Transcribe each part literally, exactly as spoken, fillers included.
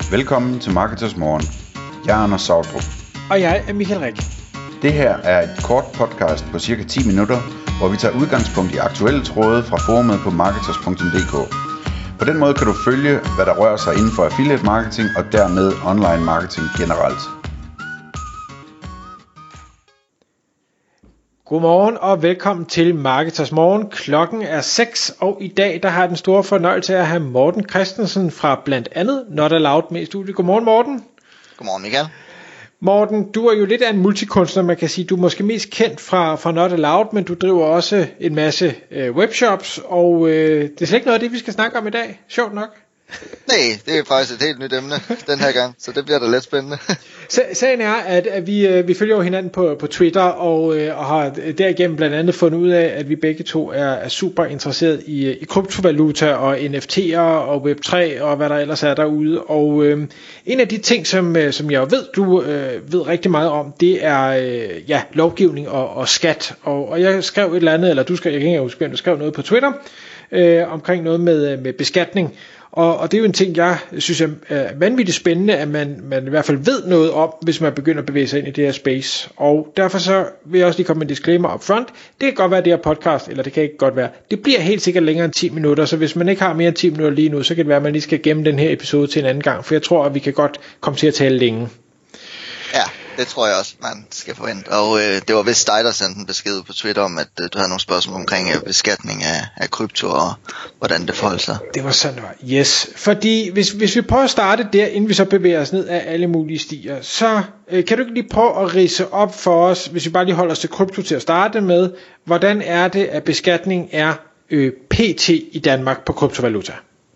Velkommen til Marketers Morgen. Jeg er Anders Sautrup. Og jeg er Michael Rik. Det her er et kort podcast på cirka ti minutter, hvor vi tager udgangspunkt i aktuelle tråde fra forumet på marketers punktum d k. På den måde kan du følge, hvad der rører sig inden for affiliate marketing og dermed online marketing generelt. Godmorgen og velkommen til Marketers Morgen. Klokken er seks, og i dag der har jeg den store fornøjelse af at have Morten Christensen fra blandt andet Not Allowed med i studiet. Godmorgen, Morten. Godmorgen, Michael. Morten, du er jo lidt af en multikunstner, man kan sige. Du er måske mest kendt fra, fra Not Allowed, men du driver også en masse øh, webshops, og øh, det er slet ikke noget af det, vi skal snakke om i dag. Sjovt nok. Nej, det er faktisk et helt nyt emne den her gang, så det bliver da lidt spændende. Sagen er, at, at vi, vi følger jo hinanden på, på Twitter, og, og har derigennem blandt andet fundet ud af, at vi begge to er, er super interesseret i, i kryptovaluta og N F T'er og web tre og hvad der ellers er derude. Og øh, en af de ting, som, som jeg ved, du øh, ved rigtig meget om, det er øh, ja, lovgivning og, og skat. Og, og jeg skrev et eller andet, eller du skrev, jeg kan ikke huske, du skrev noget på Twitter øh, omkring noget med, med beskatning. Og, og det er jo en ting, jeg synes er vanvittigt spændende, at man, man i hvert fald ved noget om, hvis man begynder at bevæge sig ind i det her space. Og derfor så vil jeg også lige komme med en disclaimer up front. Det kan godt være det her podcast, eller det kan ikke godt være. Det bliver helt sikkert længere end ti minutter, så hvis man ikke har mere end ti minutter lige nu, så kan det være, at man lige skal gemme den her episode til en anden gang. For jeg tror, at vi kan godt komme til at tale længe. Ja, det tror jeg også, man skal forvente. Og øh, det var vist dig, der sendte en besked på Twitter om, at øh, du havde nogle spørgsmål omkring øh, beskatning af, af krypto og hvordan det forholder sig. Det var sådan, det var. Yes. Fordi hvis, hvis vi prøver at starte der, inden vi så bevæger os ned af alle mulige stier, så øh, kan du ikke lige prøve at ridse op for os, hvis vi bare lige holder os til krypto til at starte med, hvordan er det, at beskatning er øh, pt. I Danmark på kryptovaluta?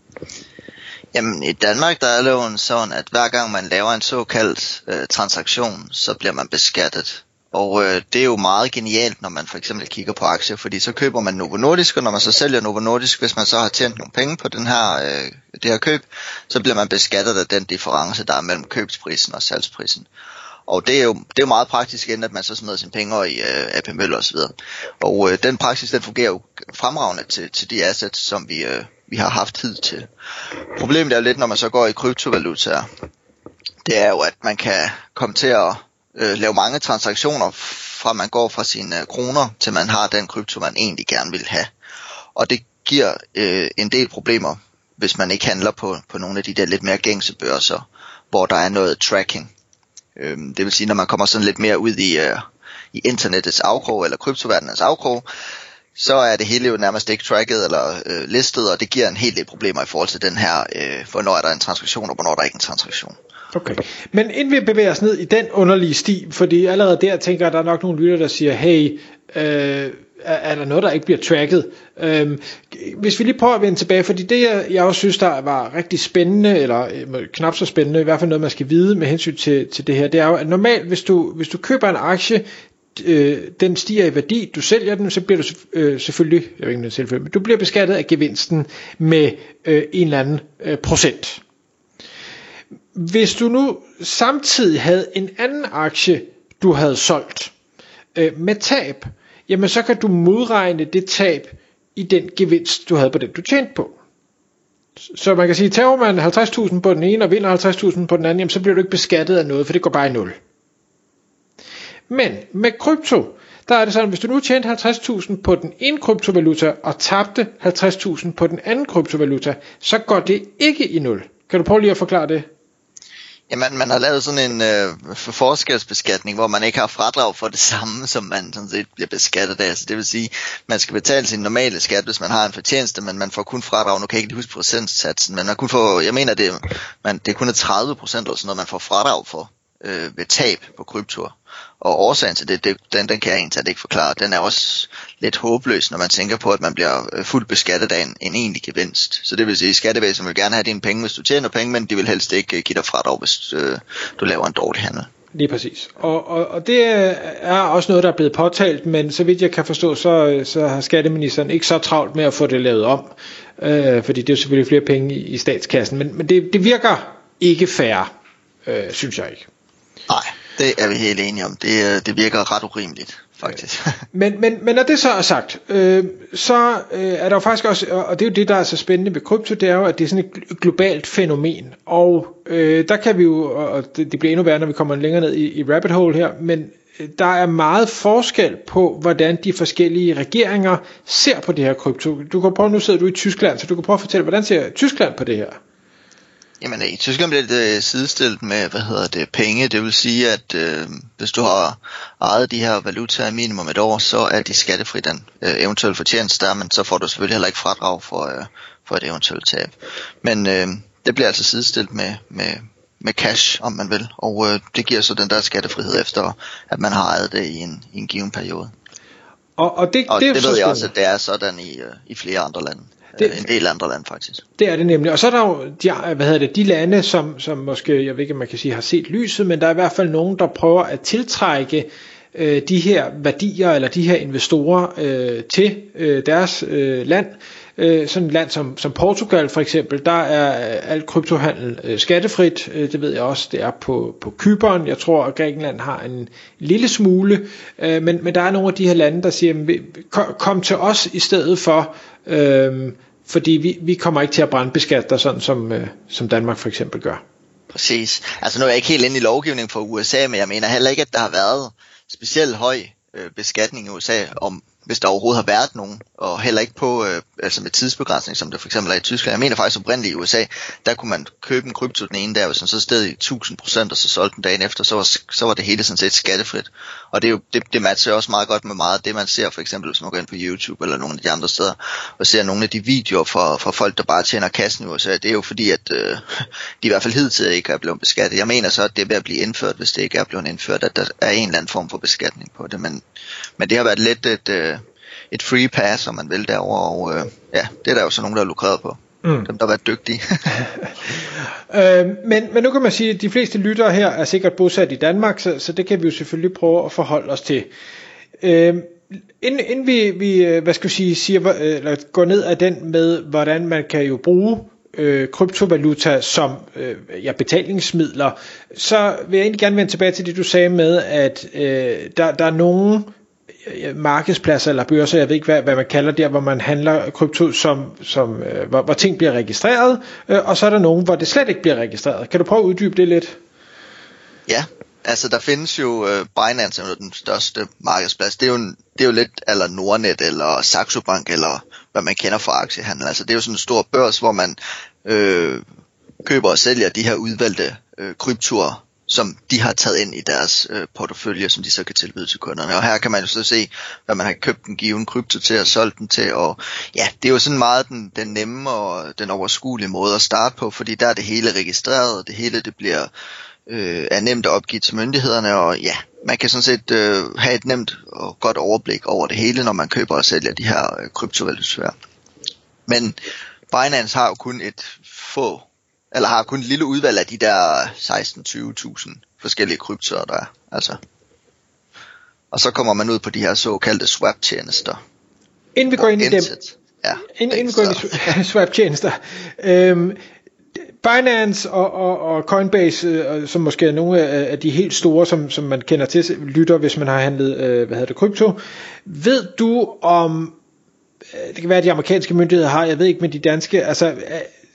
Jamen i Danmark der er loven sådan, at hver gang man laver en såkaldt øh, transaktion, så bliver man beskattet. Og øh, det er jo meget genialt, når man for eksempel kigger på aktier, fordi så køber man Novo Nordisk, og når man så sælger Novo Nordisk, hvis man så har tjent nogle penge på den her, øh, det her køb, så bliver man beskattet af den difference, der er mellem købsprisen og salgsprisen. Og det er jo det er jo meget praktisk, inden at man så smider sine penge i øh, A P Møller og så videre. Og øh, den praksis, den fungerer jo fremragende til, til de assets, som vi, øh, vi har haft tid til. Problemet er jo lidt, når man så går i kryptovalutaer, det er jo, at man kan komme til at øh, lave mange transaktioner, fra man går fra sine øh, kroner, til man har den krypto, man egentlig gerne vil have. Og det giver øh, en del problemer, hvis man ikke handler på, på nogle af de der lidt mere gængse børser, hvor der er noget tracking. Det vil sige, når man kommer sådan lidt mere ud i, uh, i internettets afkrog, eller kryptoverdenens afkrog, så er det hele jo nærmest ikke tracket eller uh, listet, og det giver en hel del problemer i forhold til den her, uh, hvornår er der en transaktion, og hvornår der er ikke en transaktion. Okay, men inden vi bevæger os ned i den underlige sti, fordi allerede der tænker jeg, at der er nok nogle lytter, der siger, hey, øh, er der noget, der ikke bliver tracket? Øhm, hvis vi lige prøver at vende tilbage, fordi det jeg, jeg også synes, der var rigtig spændende, eller øh, knap så spændende, i hvert fald noget, man skal vide med hensyn til, til det her, det er jo, at normalt, hvis du, hvis du køber en aktie, øh, den stiger i værdi, du sælger den, så bliver du øh, selvfølgelig, jeg ved ikke, selvfølgelig, men du bliver beskattet af gevinsten med øh, en eller anden øh, procent. Hvis du nu samtidig havde en anden aktie, du havde solgt øh, med tab, jamen så kan du modregne det tab i den gevinst, du havde på den, du tjente på. Så man kan sige, tager man halvtreds tusind på den ene og vinder halvtreds tusind på den anden, jamen så bliver du ikke beskattet af noget, for det går bare i nul. Men med krypto, der er det sådan, hvis du nu tjente halvtreds tusind på den ene kryptovaluta og tabte halvtreds tusind på den anden kryptovaluta, så går det ikke i nul. Kan du prøve lige at forklare det? Jamen, man har lavet sådan en øh, forskelsbeskatning, hvor man ikke har fradrag for det samme, som man sådan set bliver beskattet af. Så det vil sige, man skal betale sin normale skat, hvis man har en fortjeneste, men man får kun fradrag. Nu kan jeg ikke huske procentsatsen, men man kun får, jeg mener, det, man, det er kun tredive procent eller sådan noget, man får fradrag for øh, ved tab på kryptoer. Og årsagen til det, det den, den kan jeg egentlig ikke forklare. Den er også lidt håbløs, når man tænker på, at man bliver fuldt beskattet af en, en egentlig gevinst. Så det vil sige, at skattevæsenet vil gerne have dine penge, hvis du tjener penge, men de vil helst ikke give dig fradrag, hvis øh, du laver en dårlig handel. Lige præcis. Og, og, og det er også noget, der er blevet påtalt, men så vidt jeg kan forstå, så, så har skatteministeren ikke så travlt med at få det lavet om, øh, fordi det er jo selvfølgelig flere penge i, i statskassen, men, men det, det virker ikke fair, øh, synes jeg ikke. Nej, det er vi helt enige om. Det, det virker ret urimeligt. faktisk. men, men, men når det så er sagt, øh, så øh, er der jo faktisk også, og det er jo det, der er så spændende ved krypto, det er jo, at det er sådan et globalt fænomen. Og øh, der kan vi jo, og det, det bliver endnu værre, når vi kommer længere ned i, i rabbit hole her, men der er meget forskel på, hvordan de forskellige regeringer ser på det her krypto. Du kan prøve, nu sidder du i Tyskland, så du kan prøve at fortælle, hvordan ser Tyskland på det her? Jamen i Tyskland bliver det sidestillet med, hvad hedder det, penge. Det vil sige, at øh, hvis du har ejet de her valutaer i minimum et år, så er de skattefri den øh, eventuelle fortjeneste der, men så får du selvfølgelig heller ikke fradrag for, øh, for et eventuelt tab. Men øh, det bliver altså sidestillet med, med, med cash, om man vil, og øh, det giver så den der skattefrihed efter, at man har ejet det i en, i en given periode. Og, og det, og det, det ved jeg også, at det er sådan i, øh, i flere andre lande. Det, en del andre lande faktisk. Det er det nemlig. Og så er der jo de, hvad hedder det, de lande, som, som måske, jeg ved ikke, om man kan sige, har set lyset, men der er i hvert fald nogen, der prøver at tiltrække øh, de her værdier, eller de her investorer øh, til øh, deres øh, land. Øh, sådan et land som, som Portugal for eksempel, der er alt kryptohandel øh, skattefrit. Øh, det ved jeg også, det er på, på Cypern. Jeg tror, at Grækenland har en lille smule. Øh, men, men der er nogle af de her lande, der siger, kom, kom til os i stedet for, øh, fordi vi, vi kommer ikke til at brandbeskatte dig, sådan som, øh, som Danmark for eksempel gør. Præcis. Altså nu er jeg ikke helt inde i lovgivningen for U S A, men jeg mener heller ikke, at der har været specielt høj øh, beskatning i U S A, om hvis der overhovedet har været nogen, og heller ikke på øh, altså med tidsbegrænsning, som det for eksempel er i Tyskland. Jeg mener faktisk oprindeligt i U S A, der kunne man købe en krypto den ene der, hvis man så steg i tusind procent, og så solgte den dagen efter, så var, så var det hele sådan set skattefrit. Og det, er jo, det, det matcher også meget godt med meget af det, man ser for eksempel, hvis man går ind på YouTube eller nogle af de andre steder, og ser nogle af de videoer fra, fra folk, der bare tjener kassen i U S A. Det er jo fordi, at øh, de i hvert fald hidtil ikke er blevet beskattet. Jeg mener så, at det er ved at blive indført, hvis det ikke er blevet indført, at der er en eller anden form for beskatning på det. Men, men det har været lidt et... Øh, et free pass, om man vil derovre, og øh, ja, det er der jo så nogen, der er lukreret på. Mm. Dem, der har været dygtige. øh, men, men nu kan man sige, at de fleste lyttere her er sikkert bosat i Danmark, så, så det kan vi jo selvfølgelig prøve at forholde os til. Øh, inden, inden vi, vi, hvad skal vi sige, siger, eller går ned af den med, hvordan man kan jo bruge øh, kryptovaluta som øh, ja, betalingsmidler, så vil jeg egentlig gerne vende tilbage til det, du sagde med, at øh, der, der er nogen markedspladser eller børser, jeg ved ikke hvad, hvad man kalder det, hvor man handler krypto, som, som, øh, hvor, hvor ting bliver registreret, øh, og så er der nogen, hvor det slet ikke bliver registreret. Kan du prøve at uddybe det lidt? Ja, altså der findes jo øh, Binance, som er den største markedsplads. Det er jo, en, det er jo lidt eller Nordnet eller Saxo Bank, eller hvad man kender fra aktiehandel. Altså det er jo sådan en stor børs, hvor man øh, køber og sælger de her udvalgte øh, kryptoer, som de har taget ind i deres øh, portefølje, som de så kan tilbyde til kunderne. Og her kan man jo så se, hvad man har købt en given krypto til og solgt den til. Og ja, det er jo sådan meget den, den nemme og den overskuelige måde at starte på, fordi der er det hele registreret, og det hele det bliver øh, er nemt at opgive til myndighederne. Og ja, man kan sådan set øh, have et nemt og godt overblik over det hele, når man køber og sælger de her øh, kryptovalutaer. Men Binance har jo kun et få eller har kun et lille udvalg af de der seksten til tyve tusind forskellige kryptoer, der er. Altså. Og så kommer man ud på de her såkaldte swap-tjenester. Inden vi går ind i dem, ja, inden, inden vi går ind i swap-tjenester, øhm, Binance og, og, og Coinbase, øh, som måske er nogle af, af de helt store, som, som man kender til, lytter, hvis man har handlet, øh, hvad hedder det, krypto. Ved du om, det kan være, at de amerikanske myndigheder har, jeg ved ikke med de danske, altså... Øh,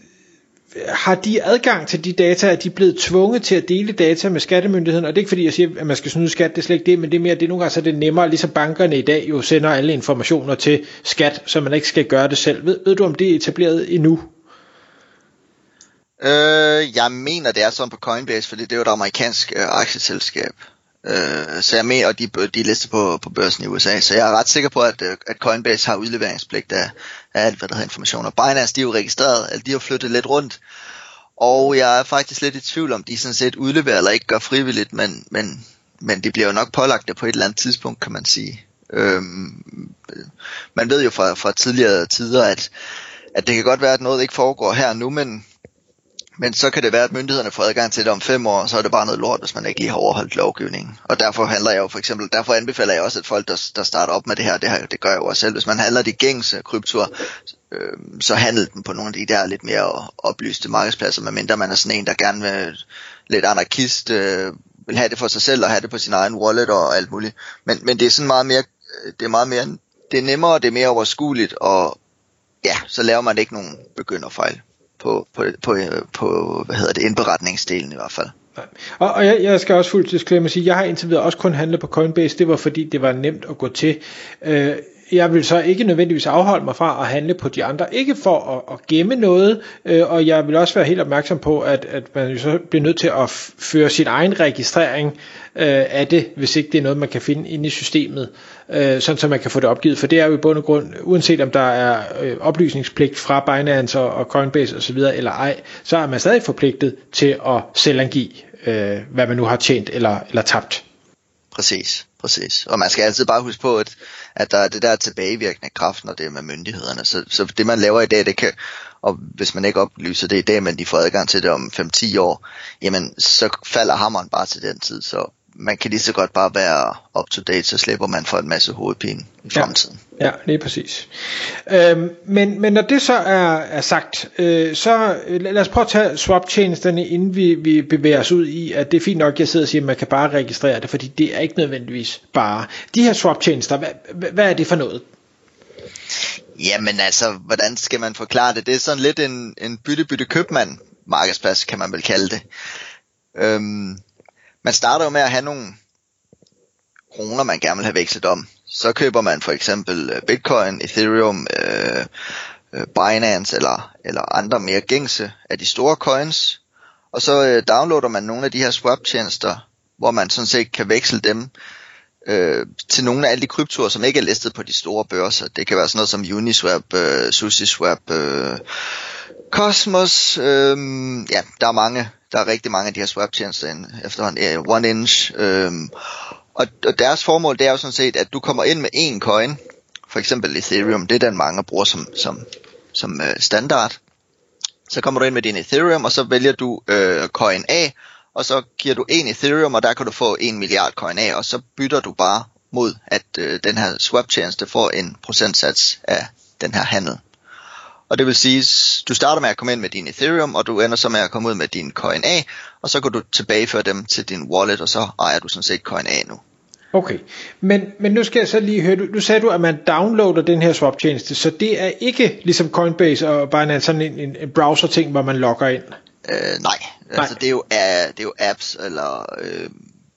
har de adgang til de data, at de er blevet tvunget til at dele data med skattemyndigheden? Og det er ikke fordi jeg siger, at man skal snyde skat, det er slet ikke det, men det er mere, det er nogle gange så det er nemmere, ligesom bankerne i dag jo sender alle informationer til skat, så man ikke skal gøre det selv. Ved, ved du om det er etableret endnu? Øh, jeg mener det er sådan på Coinbase, fordi det er jo et amerikansk øh, aktieselskab. Øh, så jeg mener, og de, de er listet på, på børsen i U S A, så jeg er ret sikker på, at, at Coinbase har udleveringspligt af, af alt, hvad der hedder information. Og Binance, de er jo registreret, eller de har flyttet lidt rundt, og jeg er faktisk lidt i tvivl om, de sådan set udleverer eller ikke gør frivilligt, men, men, men de bliver jo nok pålagt det på et eller andet tidspunkt, kan man sige. Øhm, man ved jo fra, fra tidligere tider, at, at det kan godt være, at noget ikke foregår her nu, men Men så kan det være, at myndighederne får adgang til det om fem år, så er det bare noget lort, hvis man ikke lige har overholdt lovgivningen. Og derfor handler jeg jo for eksempel, derfor anbefaler jeg også, at folk, der, der starter op med det her, det her, det gør jeg jo også selv. Hvis man handler de gængse kryptoer, øh, så handler den på nogle af de der lidt mere oplyste markedspladser, medmindre man er sådan en, der gerne vil lidt anarkist, øh, vil have det for sig selv og have det på sin egen wallet og alt muligt. Men, men det er sådan meget mere, det er meget mere, det er nemmere, det er mere overskueligt, og ja, så laver man ikke nogen begynderfejl på, på, på, på hvad hedder det, indberetningsdelen i hvert fald. Og, og jeg, jeg skal også fuldt disclaimer sige, jeg har indtil videre også kun handlet på Coinbase, det var fordi det var nemt at gå til. Øh, jeg vil så ikke nødvendigvis afholde mig fra at handle på de andre, ikke for at, at gemme noget, øh, og jeg vil også være helt opmærksom på, at, at man jo så bliver nødt til at f- føre sin egen registrering øh, af det, hvis ikke det er noget, man kan finde inde i systemet, øh, sådan så man kan få det opgivet, for det er jo i bund og grund, uanset om der er øh, oplysningspligt fra Binance og, og Coinbase osv. eller ej, så er man stadig forpligtet til at selvangive, øh, hvad man nu har tjent eller, eller tabt. Præcis, præcis. Og man skal altid bare huske på, at, at der er det der tilbagevirkende kraft, når det er med myndighederne. Så, så det man laver i dag, det kan, og hvis man ikke oplyser det i dag, men de får adgang til det om fem til ti år, jamen så falder hammeren bare til den tid. Så man kan lige så godt bare være up to date, så slipper man for en masse hovedpine i fremtiden. Ja, ja, lige præcis. Øhm, men, men når det så er, er sagt, øh, så lad os prøve at tage swap-tjenesterne, inden vi, vi bevæger os ud i, at det er fint nok, jeg sidder og siger, at man kan bare registrere det, fordi det er ikke nødvendigvis bare. De her swap-tjenester, hvad, hvad er det for noget? Jamen altså, hvordan skal man forklare det? Det er sådan lidt en, en bytte-bytte-købmand markedsplads, kan man vel kalde det. Øhm, Man starter jo med at have nogle kroner, man gerne vil have vekslet om. Så køber man for eksempel Bitcoin, Ethereum, øh, Binance eller, eller andre mere gængse af de store coins. Og så øh, downloader man nogle af de her swap-tjenester, hvor man sådan set kan veksle dem øh, til nogle af alle de kryptoer, som ikke er listet på de store børser. Det kan være sådan noget som Uniswap, øh, SushiSwap, øh, Cosmos. Øh, ja, der er mange. Der er rigtig mange af de her swap-tjenester efterhånden, uh, one inch, øhm, og, og deres formål, det er jo sådan set, at du kommer ind med en coin, for eksempel Ethereum, det er den mange bruger som, som, som uh, standard. Så kommer du ind med din Ethereum, og så vælger du uh, coin A, og så giver du en Ethereum, og der kan du få en milliard coin A, og så bytter du bare mod, at uh, den her swap-tjeneste får en procentsats af den her handel. Og det vil sige, du starter med at komme ind med din Ethereum, og du ender så med at komme ud med din coin A, og så kan du tilbageføre dem til din wallet, og så ejer du sådan set coin A nu. Okay, men, men nu skal jeg så lige høre, du, nu sagde du, at man downloader den her swap-tjeneste, så det er ikke ligesom Coinbase og bare sådan en, en, en browser-ting, hvor man logger ind? Øh, nej, nej. Altså det er, jo, er, det er jo apps eller øh,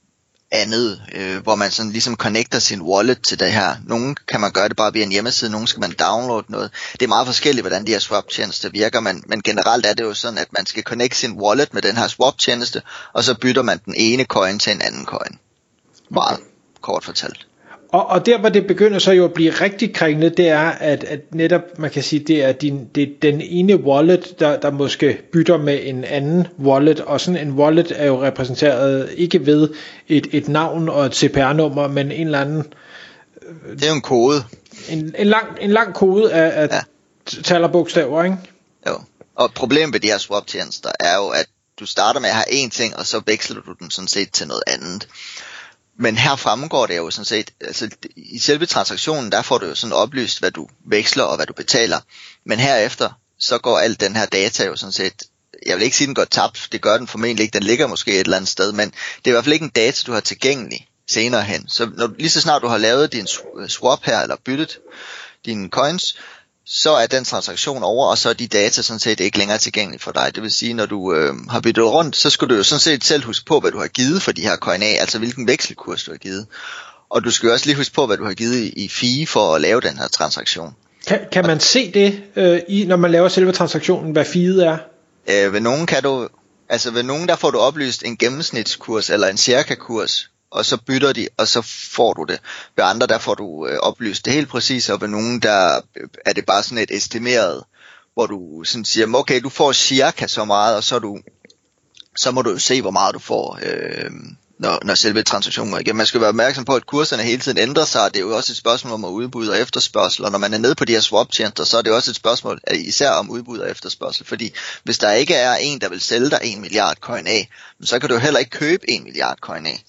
andet, øh, hvor man sådan ligesom connecter sin wallet til det her. Nogle kan man gøre det bare via en hjemmeside, nogle skal man downloade noget. Det er meget forskelligt, hvordan de her swap-tjenester virker, men, men generelt er det jo sådan, at man skal connecte sin wallet med den her swap-tjeneste, og så bytter man den ene coin til en anden coin. Meget okay. Kort fortalt. Og, og der hvor det begynder så jo at blive rigtig kringlet, det er at, at netop man kan sige det er din det er den ene wallet der der måske bytter med en anden wallet, og sådan en wallet er jo repræsenteret ikke ved et et navn og et C P R nummer, men en eller anden det er jo en kode. En en lang en lang kode af, af ja. tal og bogstaver, ikke? Jo. Og problemet ved de her swap tjenester er jo at du starter med at have én ting, og så veksler du den sådan set til noget andet. Men her fremgår det jo sådan set, altså i selve transaktionen, der får du jo sådan oplyst, hvad du veksler og hvad du betaler. Men herefter, så går alt den her data jo sådan set, jeg vil ikke sige, den går tabt, det gør den formentlig ikke, den ligger måske et eller andet sted, men det er i hvert fald ikke en data, du har tilgængelig senere hen. Så når, lige så snart du har lavet din swap her, eller byttet dine coins, så er den transaktion over, og så er de data sådan set ikke længere tilgængelige for dig. Det vil sige, når du øh, har byttet rundt, så skal du jo sådan set selv huske på, hvad du har givet for de her coin A, altså hvilken vekselkurs du har givet. Og du skal jo også lige huske på, hvad du har givet i, i fee for at lave den her transaktion. Kan, kan man se det, øh, i, når man laver selve transaktionen, hvad fee'et er? Øh, ved nogen kan du, altså ved nogen der får du oplyst en gennemsnitskurs eller en cirka-kurs, og så bytter de, og så får du det. Ved andre, der får du øh, oplyst det helt præcis, og ved nogen, der øh, er det bare sådan et estimeret, hvor du sådan siger, okay, du får cirka så meget, og så, du, så må du jo se, hvor meget du får, øh, når, når selve transaktionen går igennem. Man skal være opmærksom på, at kurserne hele tiden ændrer sig, og det er jo også et spørgsmål om udbud og efterspørgsel, og når man er nede på de her swap-tjenester, så er det også et spørgsmål især om udbud og efterspørgsel, fordi hvis der ikke er en, der vil sælge dig en milliard coin A, så kan du jo heller ikke købe en milliard coin A.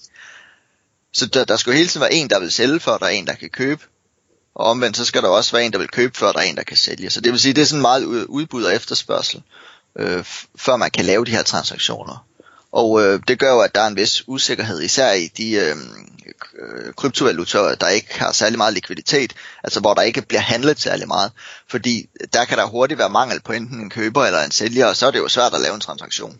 Så der, der skal jo hele tiden være en, der vil sælge, før der er en, der kan købe. Og omvendt, så skal der også være en, der vil købe, før der er en, der kan sælge. Så det vil sige, det er sådan meget udbud og efterspørgsel, øh, før man kan lave de her transaktioner. Og øh, det gør jo, at der er en vis usikkerhed, især i de øh, øh, kryptovalutaer, der ikke har særlig meget likviditet, altså hvor der ikke bliver handlet særlig meget, fordi der kan der hurtigt være mangel på enten en køber eller en sælger, og så er det jo svært at lave en transaktion.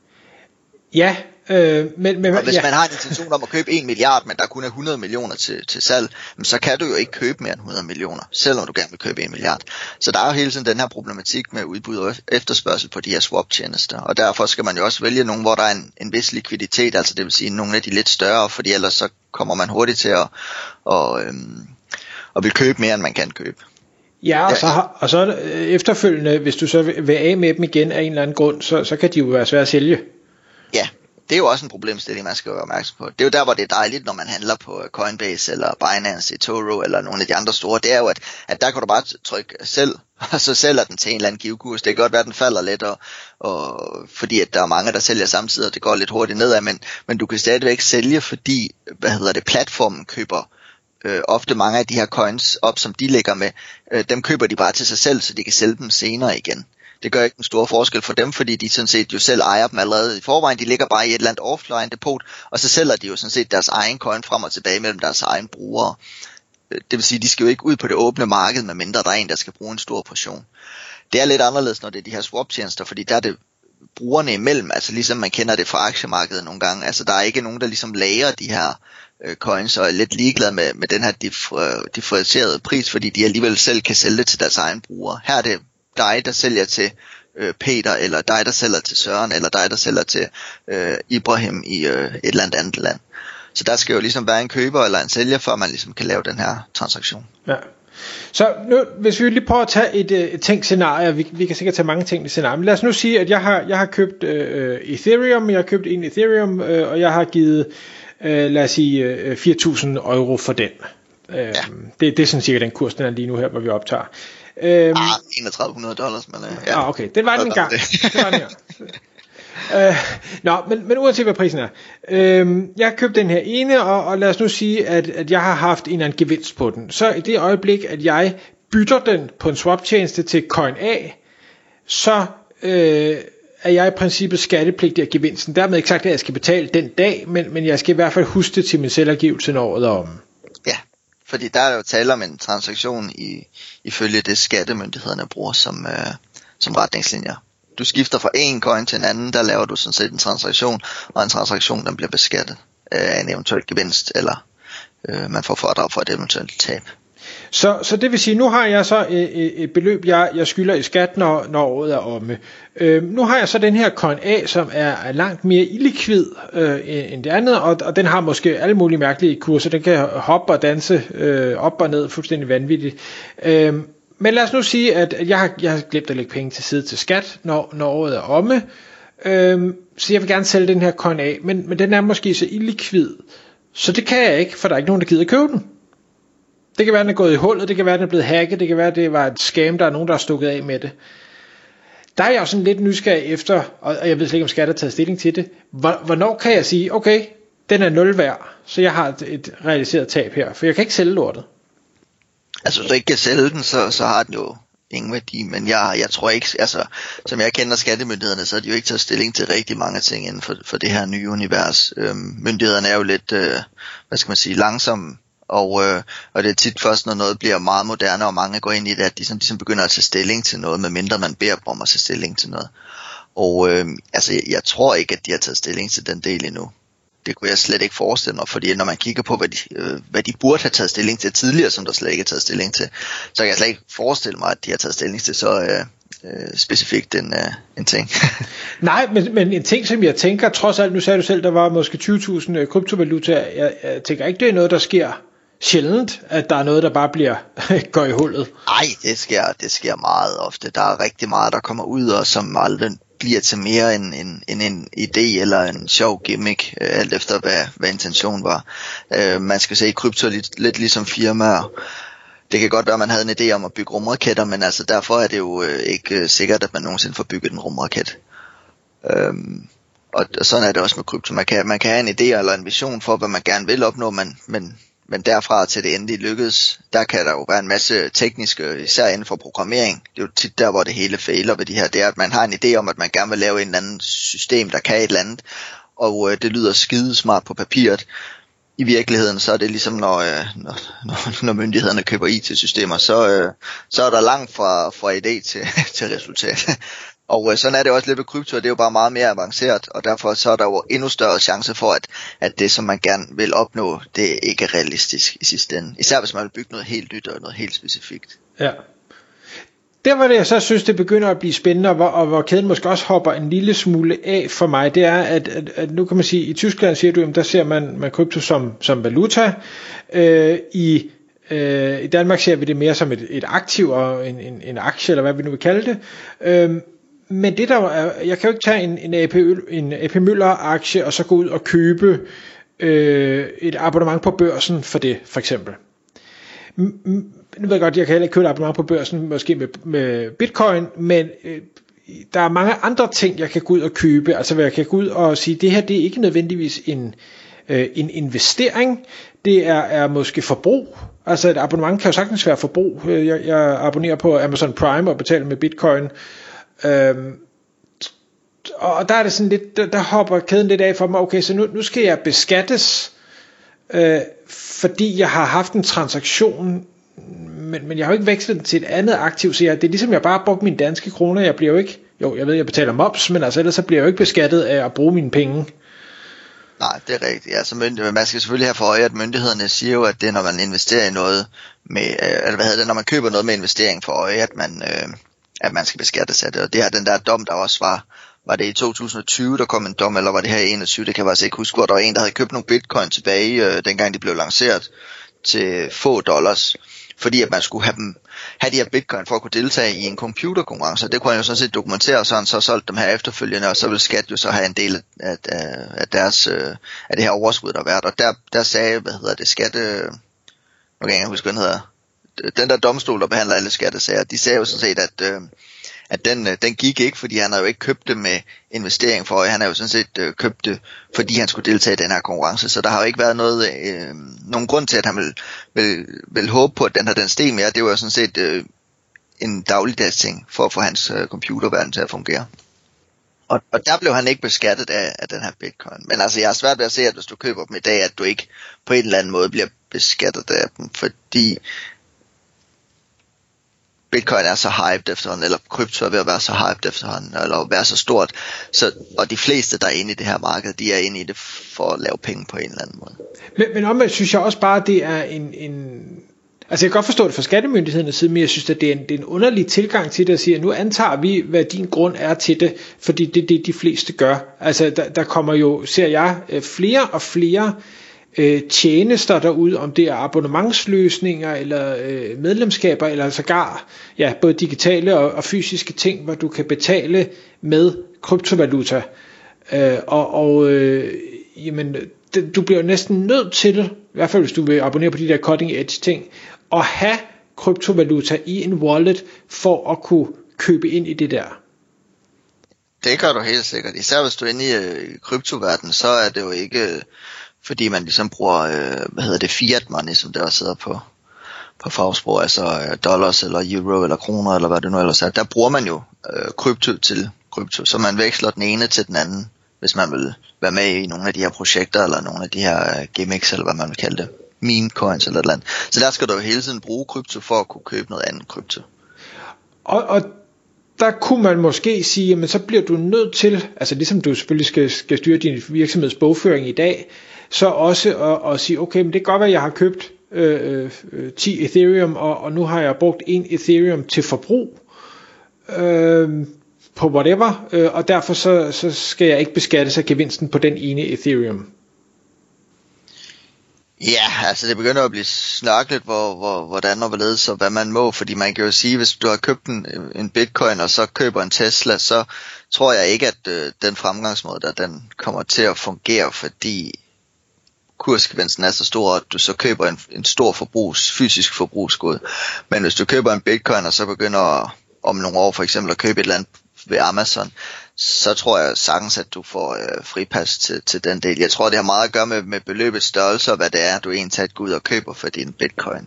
Ja, øh, men, men og hvis ja. man har en intention om at købe en milliard, men der kun er hundrede millioner til, til salg, så kan du jo ikke købe mere end hundrede millioner, selvom du gerne vil købe en milliard. Så der er jo hele tiden den her problematik med udbud og efterspørgsel på de her swap-tjenester, og derfor skal man jo også vælge nogle, hvor der er en, en vis likviditet, altså det vil sige nogle af de lidt større, fordi ellers så kommer man hurtigt til at, og, øhm, at vil købe mere, end man kan købe. Ja, og så, har, og så efterfølgende, hvis du så vil af med dem igen af en eller anden grund, så, så kan de jo være svære at sælge. Ja, det er jo også en problemstilling, man skal være opmærksom på. Det er jo der, hvor det er dejligt, når man handler på Coinbase eller Binance, eToro eller nogle af de andre store. Det er jo, at, at der kan du bare trykke selv, og så sælger den til en eller anden givekurs. Det kan godt være, at den falder lidt, og, og, fordi at der er mange, der sælger samtidig, og det går lidt hurtigt nedad, men, men du kan stadigvæk sælge, fordi, hvad hedder det, platformen køber øh, ofte mange af de her coins op, som de ligger med. Øh, dem køber de bare til sig selv, så de kan sælge dem senere igen. Det gør ikke en stor forskel for dem, fordi de sådan set jo selv ejer dem allerede i forvejen. De ligger bare i et eller andet offline depot, og så sælger de jo sådan set deres egen coin frem og tilbage mellem deres egen brugere. Det vil sige, de skal jo ikke ud på det åbne marked, medmindre der er en, der skal bruge en stor portion. Det er lidt anderledes, når det er de her swap-tjenester, fordi der er det brugerne imellem, altså ligesom man kender det fra aktiemarkedet nogle gange. Altså der er ikke nogen, der ligesom lager de her øh, coins og er lidt ligeglade med, med den her differentierede pris, fordi de alligevel selv kan sælge det til deres egen brugere. Her er det dig, der sælger til øh, Peter, eller dig, der sælger til Søren, eller dig, der sælger til øh, Ibrahim i øh, et eller andet andet land. Så der skal jo ligesom være en køber eller en sælger, før man ligesom kan lave den her transaktion. Ja. Så nu, hvis vi lige prøver at tage et, et tænkt scenarie, vi, vi kan sikkert tage mange ting i scenarier, men lad os nu sige, at jeg har, jeg har købt øh, Ethereum, jeg har købt en Ethereum, øh, og jeg har givet, øh, lad os sige, øh, fire tusind euro for den. Øh, ja. det, det er sådan cirka den kurs, den er lige nu her, hvor vi optager. Øhm, ah, enogtredive hundrede dollars, men øh, ja. Ah, okay, det var den en gang. Det var den her. øh, nå, men, men uanset hvad prisen er. Øh, jeg har købt den her ene, og, og lad os nu sige, at, at jeg har haft en eller anden gevinst på den. Så i det øjeblik, at jeg bytter den på en swap-tjeneste til Coin A, så øh, er jeg i princippet skattepligtig af gevinsten. Dermed ikke sagt, at jeg skal betale den dag, men, men jeg skal i hvert fald huske det til min selvergivelse, når året er om. Ja. Fordi der er jo tale om en transaktion i, ifølge det skattemyndighederne bruger som, øh, som retningslinjer. Du skifter fra en coin til en anden, der laver du sådan set en transaktion, og en transaktion den bliver beskattet af en eventuel gevinst, eller øh, man får fradrag for et eventuelt tab. Så, så det vil sige, nu har jeg så et, et beløb, jeg, jeg skylder i skat, når, når året er omme. Øh, nu har jeg så den her Coin A, som er, er langt mere illikvid øh, end det andet, og, og den har måske alle mulige mærkelige kurser. Den kan hoppe og danse øh, op og ned fuldstændig vanvittigt. Øh, men lad os nu sige, at jeg har, jeg har glemt at lægge penge til side til skat, når, når året er omme. Øh, så jeg vil gerne sælge den her Coin A, men, men den er måske så illikvid, så det kan jeg ikke, for der er ikke nogen, der gider købe den. Det kan være, den er gået i hullet, det kan være, den er blevet hacket, det kan være, det var et scam, der er nogen, der har stukket af med det. Der er jeg jo sådan lidt nysgerrig efter, og jeg ved slet ikke, om skat har taget stilling til det. Hvornår kan jeg sige, okay, den er nul værd, så jeg har et, et realiseret tab her, for jeg kan ikke sælge lortet. Altså, hvis du ikke kan sælge den, så, så har den jo ingen værdi, men jeg, jeg tror ikke, altså, som jeg kender skattemyndighederne, så har de jo ikke taget stilling til rigtig mange ting inden for, for det her nye univers. Øhm, myndighederne er jo lidt, øh, hvad skal man sige, langsomme, Og, øh, og det er tit først, når noget bliver meget moderne, og mange går ind i det, at de sådan, de sådan begynder at tage stilling til noget, medmindre man beder dem om at tage stilling til noget. Og øh, altså, jeg, jeg tror ikke, at de har taget stilling til den del endnu. Det kunne jeg slet ikke forestille mig, fordi når man kigger på, hvad de, øh, hvad de burde have taget stilling til tidligere, som der slet ikke er taget stilling til, så kan jeg slet ikke forestille mig, at de har taget stilling til så øh, øh, specifikt en, øh, en ting. Nej, men, men en ting, som jeg tænker, trods alt, nu sagde du selv, der var måske tyve tusind øh, kryptovalutaer, jeg, jeg tænker ikke, det er noget, der sker sjældent, at der er noget, der bare bliver går i hullet. Nej, det sker, det sker meget ofte. Der er rigtig meget, der kommer ud, og som aldrig bliver til mere end, end, end en idé eller en sjov gimmick, alt efter hvad, hvad intentionen var. Uh, man skal se i krypto lidt, lidt ligesom firmaer. Det kan godt være, at man havde en idé om at bygge rumraketter, men altså derfor er det jo øh, ikke sikkert, at man nogensinde får bygget en rumraket. Um, og, og sådan er det også med krypto. Man kan, man kan have en idé eller en vision for, hvad man gerne vil opnå, men, men men derfra til det endelige lykkes, der kan der jo være en masse tekniske, især inden for programmering. Det er jo tit der, hvor det hele fejler ved de her. Det er, at man har en idé om, at man gerne vil lave en eller anden system, der kan et eller andet, og øh, det lyder skide smart på papiret. I virkeligheden, så er det ligesom, når, øh, når, når myndighederne køber I T-systemer, så, øh, så er der langt fra, fra idé til, til resultat. Og øh, sådan er det også lidt ved krypto, det er jo bare meget mere avanceret, og derfor så er der jo endnu større chance for, at, at det, som man gerne vil opnå, det ikke er realistisk i sidste ende. Især hvis man vil bygge noget helt nyt og noget helt specifikt. Ja. Der var det, jeg så synes, det begynder at blive spændende, og hvor, og hvor kæden måske også hopper en lille smule af for mig, det er, at, at, at nu kan man sige, i Tyskland siger du, der ser man, man krypto som, som valuta. Øh, i, øh, I Danmark ser vi det mere som et, et aktiv og en, en, en aktie, eller hvad vi nu vil kalde det. Øh, men det der er, jeg kan jo ikke tage en, en A P, en A P Møller-aktie, og så gå ud og købe øh, et abonnement på børsen for det, for eksempel. Nu ved jeg godt, jeg kan heller ikke købe et abonnement på børsen, måske med, med bitcoin, men øh, der er mange andre ting, jeg kan gå ud og købe. Altså, jeg kan gå ud og sige, det her, det er ikke nødvendigvis en, øh, en investering, det er, er måske forbrug. Altså, et abonnement kan jo sagtens være forbrug. Jeg, jeg abonnerer på Amazon Prime og betaler med bitcoin. Øhm, og der er det sådan lidt, der, der hopper kæden lidt af for mig, okay, så nu, nu skal jeg beskattes, øh, fordi jeg har haft en transaktion, men, men jeg har jo ikke vekslet den til et andet aktiv, så jeg, det er ligesom jeg bare har brugt mine danske kroner, jeg bliver jo ikke, jo jeg ved jeg betaler moms, men altså ellers så bliver jeg jo ikke beskattet af at bruge mine penge. Nej, det er rigtigt. Altså, man skal selvfølgelig have for øje, at myndighederne siger jo, at det er, når man investerer i noget med, eller hvad hedder det, når man køber noget med investering for øje, at man, øh, at man skal beskattes af det. Og det her, den der dom, der også var, var det i to tusind og tyve, der kom en dom, eller var det her i enogtyve, det kan jeg faktisk ikke huske, hvor der var en, der havde købt nogle bitcoin tilbage, øh, dengang de blev lanceret, til få dollars, fordi at man skulle have dem, have de her bitcoin for at kunne deltage i en computerkonkurrence. Det kunne han jo sådan set dokumentere, så han så solgte dem her efterfølgende, og så ville skat jo så have en del af, af, af deres, af det her overskud, der har været. Og der, der sagde, hvad hedder det, skatte, nu kan jeg ikke huske, hvad den hedder, den der domstol, der behandler alle skattesager, de sagde jo sådan set, at, at den, den gik ikke, fordi han havde jo ikke købt det med investering for, han havde jo sådan set købt det, fordi han skulle deltage i den her konkurrence, så der har jo ikke været noget, øh, nogen grund til, at han vil, vil, vil håbe på, at den her den steg mere. Det var jo sådan set øh, en dagligdags ting for at få hans øh, computerverden til at fungere. Og, og der blev han ikke beskattet af, af den her bitcoin. Men altså, jeg er svært ved at se, at hvis du køber dem i dag, at du ikke på en eller anden måde bliver beskattet af dem, fordi bitcoin er så hyped efterhånden, eller krypto er ved at være så hyped efterhånden, eller være så stort, så, og de fleste, der er inde i det her marked, de er inde i det for at lave penge på en eller anden måde. Men, men omvendt synes jeg også bare, det er en, en... Altså jeg kan godt forstå det fra skattemyndighedernes side, men jeg synes, at det er en, det er en underlig tilgang til det, at sige, at nu antager vi, hvad din grund er til det, fordi det er det, de fleste gør. Altså der, der kommer jo, ser jeg, flere og flere øh, tjenester derude, om det er abonnementsløsninger eller øh, medlemskaber eller sågar ja, både digitale og, og fysiske ting, hvor du kan betale med kryptovaluta. Øh, og og øh, jamen, det, du bliver næsten nødt til, i hvert fald hvis du vil abonnere på de der cutting edge ting, at have kryptovaluta i en wallet for at kunne købe ind i det der. Det gør du helt sikkert. Især hvis du er inde i øh, kryptoverdenen, så er det jo ikke øh, fordi man ligesom bruger, øh, hvad hedder det, fiat money, som der også hedder på, på fagsprog, altså øh, dollars eller euro eller kroner eller hvad det nu ellers er. Der bruger man jo øh, krypto til krypto, så man veksler den ene til den anden, hvis man vil være med i nogle af de her projekter, eller nogle af de her øh, gimmicks, eller hvad man vil kalde det, meme coins eller et eller andet. Så der skal du jo hele tiden bruge krypto for at kunne købe noget andet krypto. Og, og der kunne man måske sige, men så bliver du nødt til, altså ligesom du selvfølgelig skal, skal styre din virksomheds bogføring i dag, så også at, at sige, okay, men det kan godt være, at jeg har købt øh, øh, ti Ethereum, og, og nu har jeg brugt en Ethereum til forbrug, øh, på whatever, øh, og derfor så, så skal jeg ikke beskatte sig gevinsten på den ene Ethereum. Ja, altså det begynder at blive snakket, hvor, hvor, hvordan og hvorledes og hvad man må, fordi man kan jo sige, hvis du har købt en, en bitcoin og så køber en Tesla, så tror jeg ikke, at øh, den fremgangsmåde der, den kommer til at fungere, fordi kursgevinsten er så stor, at du så køber en, en stor forbrugs, fysisk forbrugsgod. Men hvis du køber en bitcoin og så begynder om nogle år for eksempel at købe et eller andet ved Amazon, så tror jeg sagtens, at du får øh, fripas til, til den del. Jeg tror, det har meget at gøre med, med beløbets størrelse, og hvad det er, du egentlig går ud og køber for din bitcoin.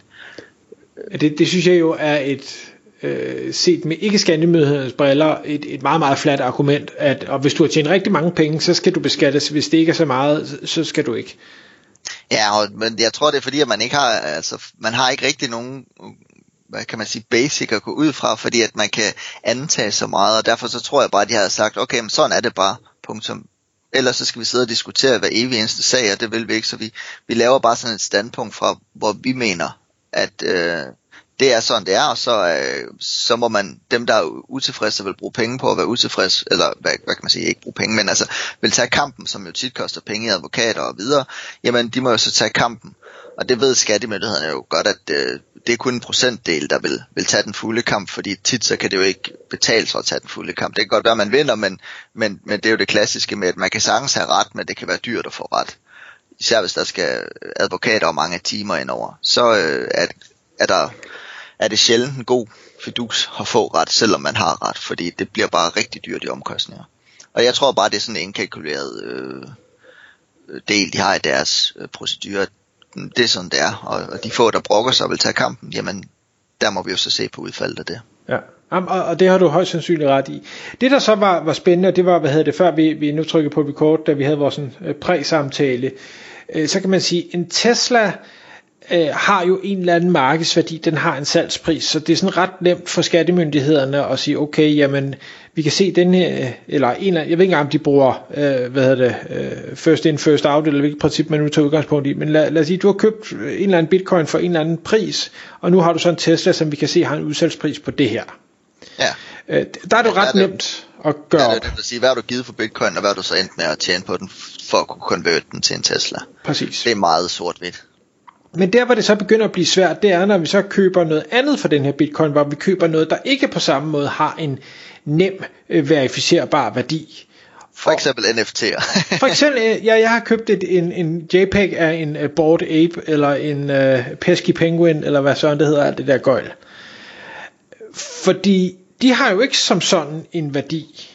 Det, det synes jeg jo er et, øh, set med ikke-skattemyndighedernes briller, et, et meget, meget fladt argument, at og hvis du har tjent rigtig mange penge, så skal du beskattes. Hvis det ikke er så meget, så skal du ikke. Ja, og, men jeg tror, det er fordi, at man ikke har, altså, man har ikke rigtig nogen, hvad kan man sige, basic at gå ud fra, fordi at man kan antage så meget, og derfor så tror jeg bare, at de har sagt, okay, men sådan er det bare, punktum. Ellers så skal vi sidde og diskutere hver evig eneste sag, og det vil vi ikke, så vi, vi laver bare sådan et standpunkt fra, hvor vi mener, at øh, det er sådan det er, og så, øh, så må man, dem der er utilfredse, vil bruge penge på at være utilfredse, eller hvad, hvad kan man sige, ikke bruge penge, men altså vil tage kampen, som jo tit koster penge i advokater og videre, jamen de må jo så tage kampen, og det ved skattemyndighederne jo godt, at øh, det er kun en procentdel, der vil, vil tage den fulde kamp, fordi tit så kan det jo ikke betales for at tage den fulde kamp. Det kan godt være, at man vinder, men, men, men det er jo det klassiske med, at man kan sagtens have ret, men det kan være dyrt at få ret. Især hvis der skal advokater og mange timer indover, så øh, er, er, der, er det sjældent en god fidus at få ret, selvom man har ret, fordi det bliver bare rigtig dyrt i omkostninger. Og jeg tror bare, det er sådan en indkalkuleret øh, del, de har i deres øh, procedurer. Det er sådan det er, og de få der brokker sig og vil tage kampen, jamen der må vi jo så se på udfaldet af det. Ja, og det har du højst sandsynligt ret i. Det der så var, var spændende, og det var, hvad hedder det, før vi, vi nu trykkede på record, da vi havde vores sådan, præ-samtale, så kan man sige, en Tesla øh, har jo en eller anden markedsværdi, den har en salgspris, så det er sådan ret nemt for skattemyndighederne at sige, okay, jamen, vi kan se den her, eller en eller anden, jeg ved ikke engang, om de bruger, øh, hvad hedder det, øh, first in, first out, eller hvilket princip man nu tager udgangspunkt i, men lad, lad os sige, du har købt en eller anden bitcoin for en eller anden pris, og nu har du så en Tesla, som vi kan se har en udsalgspris på det her. Ja. Øh, der er det ja, ret det, nemt at gøre ja, op. det er det at sige, hvad har du givet for bitcoin, og hvad har du så endt med at tjene på den, for at kunne konverte den til en Tesla. Præcis. Det er meget sort-hvidt. Men der hvor det så begynder at blive svært, det er når vi så køber noget andet for den her bitcoin, hvor vi køber noget der ikke på samme måde har en nem øh, verificerbar værdi. For eksempel N F T'er. For eksempel, ja, jeg har købt et, en, en JPEG af en uh, Bored Ape eller en uh, Pesky Penguin eller hvad sådan det hedder, alt det der gøjl. Fordi de har jo ikke som sådan en værdi.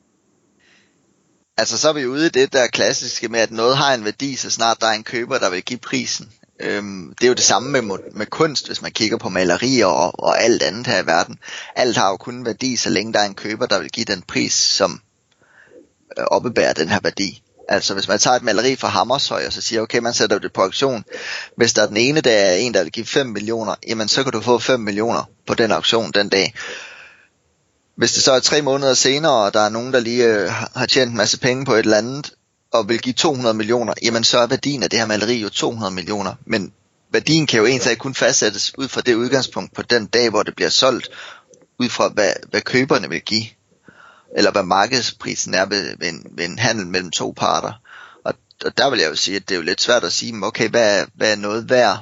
Altså så er vi ude i det der klassiske med, at noget har en værdi, så snart der er en køber, der vil give prisen. Øhm, det er jo det samme med, med kunst, hvis man kigger på malerier og, og alt andet her i verden. Alt har jo kun en værdi, så længe der er en køber, der vil give den pris, som øh, oppebærer den her værdi. Altså hvis man tager et maleri fra Hammershøi, og så siger, okay, man sætter det på auktion. Hvis der er den ene, der er en, der vil give fem millioner, jamen så kan du få fem millioner på den auktion den dag. Hvis det så er tre måneder senere, og der er nogen, der lige øh, har tjent en masse penge på et eller andet, og vil give to hundrede millioner, jamen så er værdien af det her maleri jo to hundrede millioner. Men værdien kan jo egentlig kun fastsættes ud fra det udgangspunkt på den dag, hvor det bliver solgt, ud fra hvad, hvad køberne vil give, eller hvad markedsprisen er ved, ved, en, ved en handel mellem to parter. Og, og der vil jeg jo sige, at det er jo lidt svært at sige, okay, hvad er, hvad er noget værd?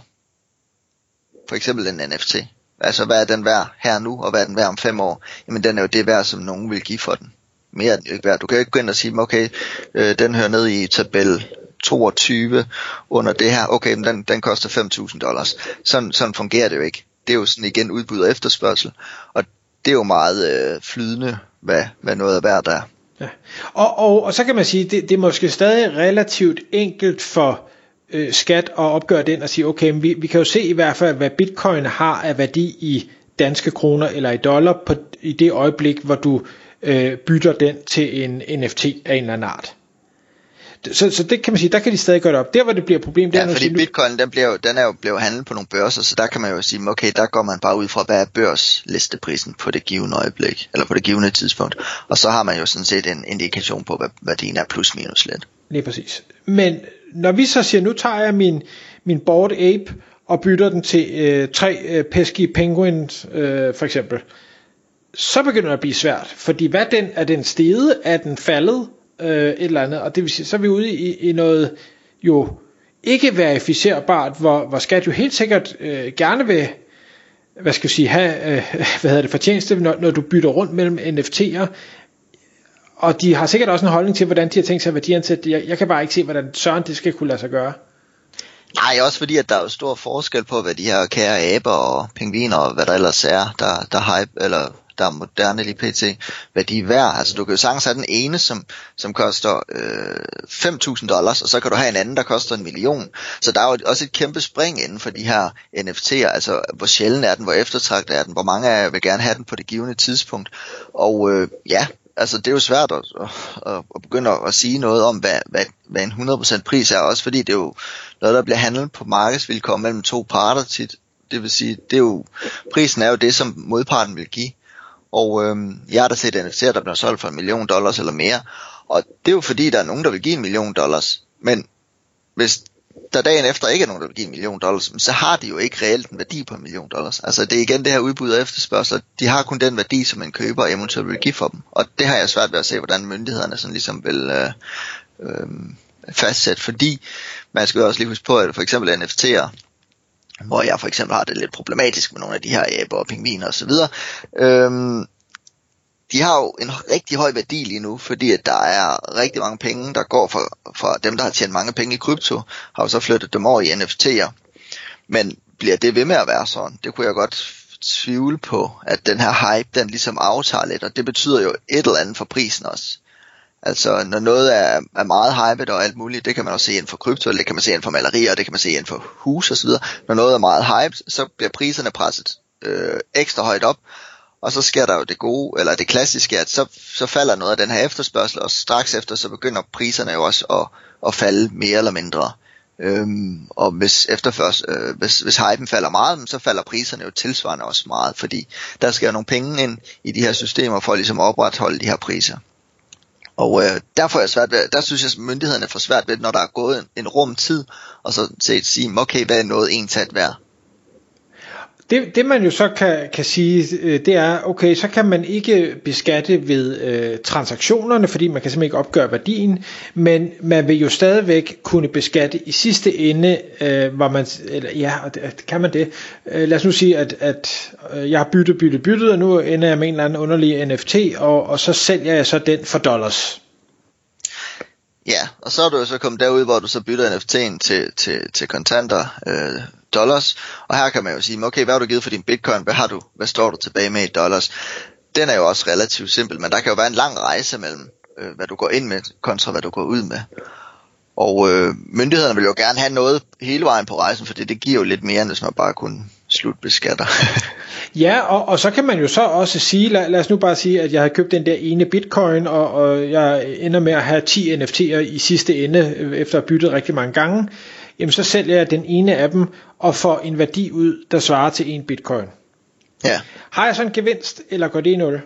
For eksempel en N F T. Altså hvad er den værd her nu, og hvad er den værd om fem år? Jamen den er jo det værd, som nogen vil give for den. Mere er den jo ikke værd. Du kan jo ikke gå ind og sige, okay, øh, den hører ned i tabel toogtyve under det her. Okay, men den, den koster fem tusind dollars. Sådan, sådan fungerer det jo ikke. Det er jo sådan igen udbud og efterspørgsel. Og det er jo meget øh, flydende, hvad, hvad noget er værd der. Ja. Og, og, og så kan man sige, det, det er måske stadig relativt enkelt for øh, skat at opgøre den og sige, okay, vi, vi kan jo se i hvert fald, hvad bitcoin har af værdi i danske kroner eller i dollar på, i det øjeblik, hvor du øh, bytter den til en N F T af en eller anden art. Så, så det kan man sige, der kan de stadig gøre det op. Der hvor det bliver et problem, det ja, er, fordi sige, bitcoin, den, bliver jo, den er jo blevet handlet på nogle børser, så der kan man jo sige, okay, der går man bare ud fra, hvad er børslisteprisen på det givende øjeblik, eller på det givende tidspunkt. Og så har man jo sådan set en indikation på, hvad værdien er plus minus lidt. Lige præcis. Men når vi så siger, nu tager jeg min, min Bored Ape og bytter den til øh, tre øh, Pesky Penguins øh, for eksempel, så begynder det at blive svært. Fordi hvad den, er den steget, er den faldet, øh, et eller andet, og det vil sige, så er vi ude i, i noget jo ikke verificerbart, hvor, hvor skat jo helt sikkert øh, gerne vil, hvad skal jeg sige, have, øh, hvad hedder det, fortjeneste, når, når du bytter rundt mellem N F T'er, og de har sikkert også en holdning til, hvordan de har tænkt sig at værdiansætte. Jeg, jeg kan bare ikke se, hvordan søren det skal kunne lade sig gøre. Nej, også fordi, at der er jo stor forskel på, hvad de her kære aber og pingviner og hvad der ellers er, der, der, hype, eller der er moderne lige pt, hvad de er værd. Altså du kan jo sagtens have den ene, som, som koster øh, fem tusind dollars, og så kan du have en anden, der koster en million. Så der er jo også et kæmpe spring inden for de her N F T'er, altså hvor sjælden er den, hvor eftertragtet er den, hvor mange af jer vil gerne have den på det givende tidspunkt. Og øh, ja, altså det er jo svært at, at, at begynde at sige noget om, hvad, hvad, hvad en hundrede procent pris er, også fordi det er jo noget, der bliver handlet på markedsvilkår mellem to parter tit. Det vil sige, det er jo, prisen er jo det, som modparten vil give. Og øhm, jeg har da set N F T'er, der bliver solgt for en million dollars eller mere. Og det er jo fordi, der er nogen, der vil give en million dollars. Men hvis der dagen efter ikke er nogen, der vil give en million dollars, så har de jo ikke reelt en værdi på en million dollars. Altså det er igen det her udbud og efterspørgsel. De har kun den værdi, som en køber eventuelt vil give for dem. Og det har jeg svært ved at se, hvordan myndighederne sådan ligesom vil øh, øh, fastsætte. Fordi man skal jo også lige huske på, at for eksempel N F T'er, hvor jeg for eksempel har det lidt problematisk med nogle af de her aber og pingviner og så videre, øhm, de har jo en rigtig høj værdi lige nu, fordi at der er rigtig mange penge, der går fra, fra dem, der har tjent mange penge i krypto, har jo så flyttet dem over i N F T'er. Men bliver det ved med at være sådan? Det kunne jeg godt tvivle på, at den her hype, den ligesom aftager lidt, og det betyder jo et eller andet for prisen også. Altså når noget er, er meget hypet og alt muligt, det kan man også se inden for krypto, eller det kan man se inden for malerier, det kan man se inden for hus og så videre. Når noget er meget hypet, så bliver priserne presset øh, ekstra højt op, og så sker der jo det gode, eller det klassiske, at så, så falder noget af den her efterspørgsel, og straks efter så begynder priserne jo også at, at falde mere eller mindre. Øhm, og hvis, efterførst, øh, hvis, hvis hypen falder meget, så falder priserne jo tilsvarende også meget, fordi der skal jo nogle penge ind i de her systemer for ligesom at opretholde de her priser. Og øh, derfor er jeg svært ved, der synes jeg, at myndighederne får svært ved, når der er gået en, en rum tid, og så set sige, okay, hvad er noget ensat værd? Det, det man jo så kan, kan sige, det er, okay, så kan man ikke beskatte ved øh, transaktionerne, fordi man kan simpelthen ikke opgøre værdien, men man vil jo stadigvæk kunne beskatte i sidste ende, øh, hvor man, eller ja, kan man det. Øh, lad os nu sige, at, at jeg har byttet, byttet, byttet, og nu ender jeg med en eller anden underlig N F T, og, og så sælger jeg så den for dollars. Ja, og så er du jo så kommet derud, hvor du så bytter N F T'en til, til, til kontanter, øh, dollars, og her kan man jo sige, okay, hvad har du givet for din bitcoin, hvad har du, hvad står du tilbage med i dollars? Den er jo også relativt simpel, men der kan jo være en lang rejse mellem, øh, hvad du går ind med, kontra hvad du går ud med. Og øh, myndighederne vil jo gerne have noget hele vejen på rejsen, for det, det giver jo lidt mere, end hvis man bare kun slutbeskatter. Ja, og, og så kan man jo så også sige, lad, lad os nu bare sige, at jeg har købt den der ene bitcoin, og, og jeg ender med at have ti N F T'er i sidste ende, efter at have byttet rigtig mange gange. Jamen så sælger jeg den ene af dem, og får en værdi ud, der svarer til en bitcoin. Ja. Har jeg så en gevinst, eller går det i nul?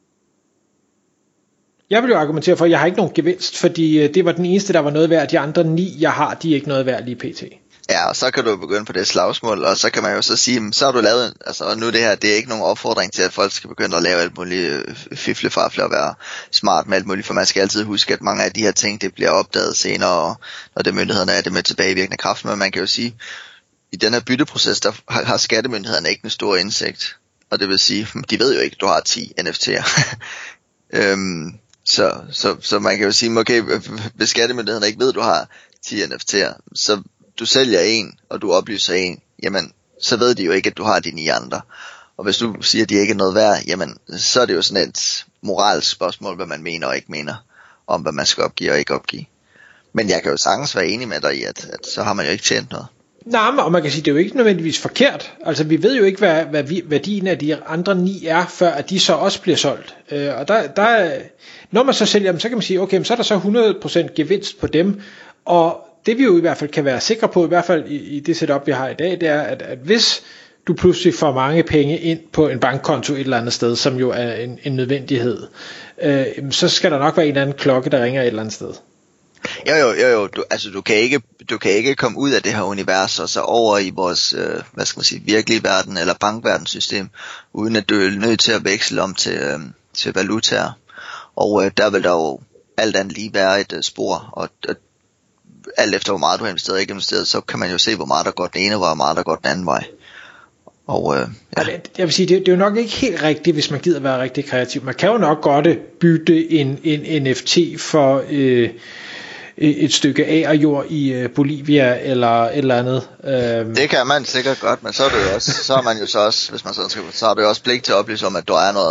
Jeg vil jo argumentere for, at jeg har ikke nogen gevinst, fordi det var den eneste, der var noget værd. De andre ni, jeg har, de er ikke noget værd lige pt. Ja, og så kan du begynde på det slagsmål, og så kan man jo så sige, så har du lavet, altså og nu det her, det er ikke nogen opfordring til, at folk skal begynde at lave alt muligt fiflefarfle og være smart med alt muligt, for man skal altid huske, at mange af de her ting, det bliver opdaget senere, når det myndighederne er det med tilbagevirkende kraft, men man kan jo sige, i den her bytteproces, der har skattemyndighederne ikke en stor indsigt, og det vil sige, de ved jo ikke, at du har ti N F T'er. øhm, så, så, så man kan jo sige, okay, hvis skattemyndighederne ikke ved, at du har ti N F T'er, så du sælger en, og du oplyser en, jamen, så ved de jo ikke, at du har de ni andre. Og hvis du siger, at de ikke er noget værd, jamen, så er det jo sådan et moralsk spørgsmål, hvad man mener og ikke mener, om hvad man skal opgive og ikke opgive. Men jeg kan jo sagtens være enig med dig i, at, at så har man jo ikke tjent noget. Nej, og man kan sige, at det er jo ikke nødvendigvis forkert. Altså, vi ved jo ikke, hvad, hvad vi, værdien af de andre ni er, før at de så også bliver solgt. Øh, og der, der, når man så sælger dem, så kan man sige, okay, så er der så hundrede procent gevinst på dem, og det vi jo i hvert fald kan være sikre på, i hvert fald i, i det setup vi har i dag, det er, at, at hvis du pludselig får mange penge ind på en bankkonto et eller andet sted, som jo er en, en nødvendighed, øh, så skal der nok være en eller anden klokke, der ringer et eller andet sted. Jo, jo, jo, jo. Du, altså du kan ikke, du kan ikke komme ud af det her univers og så over i vores, øh, hvad skal man sige, virkelige verden eller bankverdenssystem, uden at du er nødt til at veksle om til, øh, til valutaer. Og øh, der vil der jo alt andet lige være et øh, spor, og øh, alt efter hvor meget du har investeret og ikke investeret, så kan man jo se, hvor meget der går den ene, og hvor meget der går den anden vej. Og, øh, ja. Jeg vil sige, det, det er jo nok ikke helt rigtigt, hvis man gider være rigtig kreativ. Man kan jo nok godt bytte en, en N F T for øh, et stykke agerjord i øh, Bolivia eller et eller andet. Øh. Det kan man sikkert godt, men så er det jo også, så er man jo så også, hvis man sådan skal, så har du jo også pligt til at oplyse om, at der er noget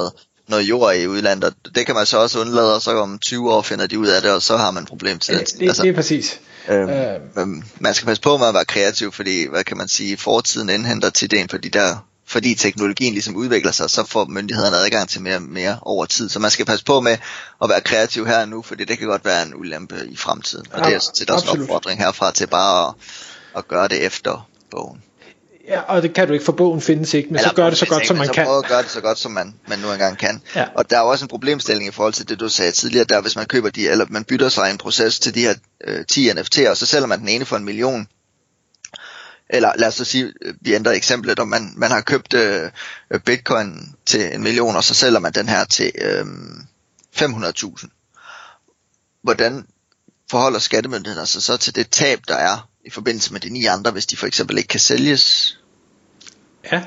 noget jord i udlandet, og det kan man så også undlade, og så om tyve år finder de ud af det, og så har man et problem til det. Det, altså, det er præcis. Øh, øh. Man skal passe på med at være kreativ, fordi, hvad kan man sige, fortiden indhenter tiden på de der, fordi teknologien ligesom udvikler sig, så får myndighederne adgang til mere og mere over tid. Så man skal passe på med at være kreativ her og nu, fordi det kan godt være en ulempe i fremtiden. Og ja, det er sådan også en opfordring herfra til bare at, at gøre det efter bogen. Ja, og det kan du ikke, for bogen findes ikke, men Eller, så gør det så godt, ikke, som man så kan. Prøv at gøre det så godt, som man, man nu engang kan. Ja. Og der er også en problemstilling i forhold til det, du sagde tidligere, der hvis man køber de, eller man bytter sig en proces til de her øh, ti N F T'er, og så sælger man den ene for en million. Eller lad os så sige, vi ændrer eksemplet, om man, man har købt øh, bitcoin til en million, og så sælger man den her til øh, fem hundrede tusind. Hvordan forholder skattemyndighederne sig så til det tab, der er i forbindelse med de ni andre, hvis de for eksempel ikke kan sælges? Ja.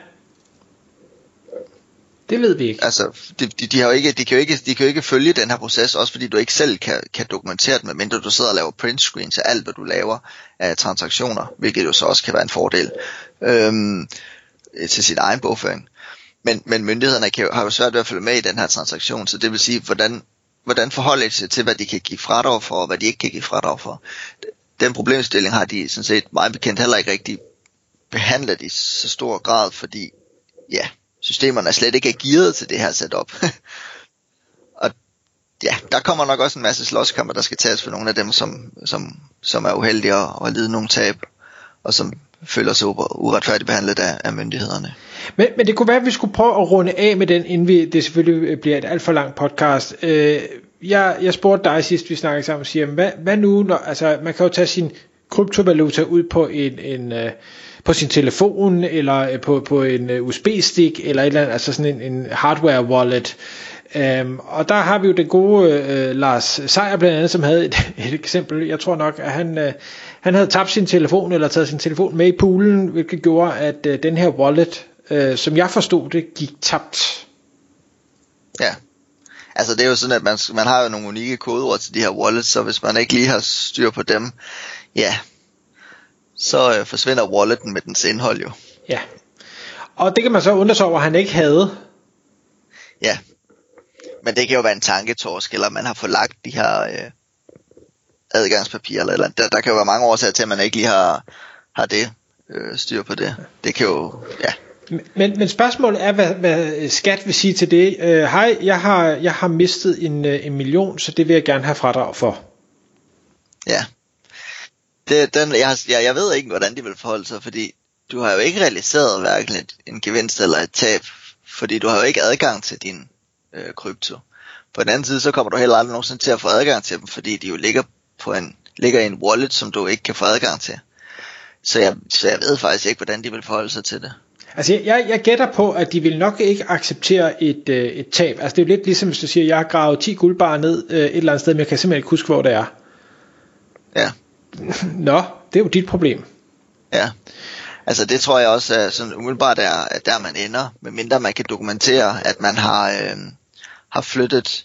Det ved vi ikke. Altså, de, de, de, har jo ikke, de, kan jo ikke, de kan jo ikke følge den her proces, også fordi du ikke selv kan, kan dokumentere det, medmindre du sidder og laver print screen til alt, hvad du laver af transaktioner, hvilket jo så også kan være en fordel øhm, til sin egen bogføring. Men, men myndighederne kan jo, har jo svært ved at følge med i den her transaktion, så det vil sige, hvordan, hvordan forholder de sig til, hvad de kan give fradrag for, og hvad de ikke kan give fradrag for. Den problemstilling har de sådan set meget bekendt heller ikke rigtig behandlet i så stor grad, fordi ja, systemerne er slet ikke gearet til det her setup. Og ja, der kommer nok også en masse slåskamper, der skal tages for nogle af dem, som, som, som er uheldige og har lidet nogle tab, og som føler sig uretfærdigt behandlet af, af myndighederne. Men, men det kunne være, at vi skulle prøve at runde af med den, inden vi, det selvfølgelig bliver et alt for langt podcast. Øh, jeg, jeg spurgte dig sidst, vi snakkede sammen, og siger, hvad, hvad nu, når, altså man kan jo tage sin kryptovaluta ud på en, en uh, på sin telefon, eller på, på en U S B-stik, eller et eller andet, altså sådan en, en hardware wallet. Um, og der har vi jo den gode uh, Lars Seier blandt andet, som havde et, et eksempel. Jeg tror nok, at han, uh, han havde tabt sin telefon, eller taget sin telefon med i poolen, hvilket gjorde, at uh, den her wallet, uh, som jeg forstod det, gik tabt. Ja, altså det er jo sådan, at man, man har jo nogle unikke kodeord til de her wallets, så hvis man ikke lige har styr på dem, ja, så øh, forsvinder walleten med dens indhold jo. Ja, og det kan man så undre sig over, at han ikke havde. Ja, men det kan jo være en tanketorsk, eller man har fået lagt de her øh, adgangspapirer, eller, eller der, der kan jo være mange årsager til, at man ikke lige har, har det øh, styr på det. Det kan jo, ja. Men, men spørgsmålet er, hvad, hvad skat vil sige til det. Øh, hej, jeg har, jeg har mistet en, en million, så det vil jeg gerne have fradrag for. Ja. Det, den, jeg, jeg, jeg ved ikke, hvordan de vil forholde sig, fordi du har jo ikke realiseret hverken et, en gevinst eller et tab, fordi du har jo ikke adgang til din øh, krypto. På den anden side, så kommer du heller aldrig nogensinde til at få adgang til dem, fordi de jo ligger, på en, ligger i en wallet, som du ikke kan få adgang til. Så jeg, så jeg ved faktisk ikke, hvordan de vil forholde sig til det. Altså jeg, jeg gætter på, at de vil nok ikke acceptere et, øh, et tab. Altså det er jo lidt ligesom, hvis du siger, at jeg har gravet ti guldbarer ned øh, et eller andet sted, men jeg kan simpelthen ikke huske, hvor det er. Ja. Nå, det er jo dit problem. Ja, altså det tror jeg også er sådan umiddelbart er, at der man ender, medmindre man kan dokumentere, at man har, øh, har flyttet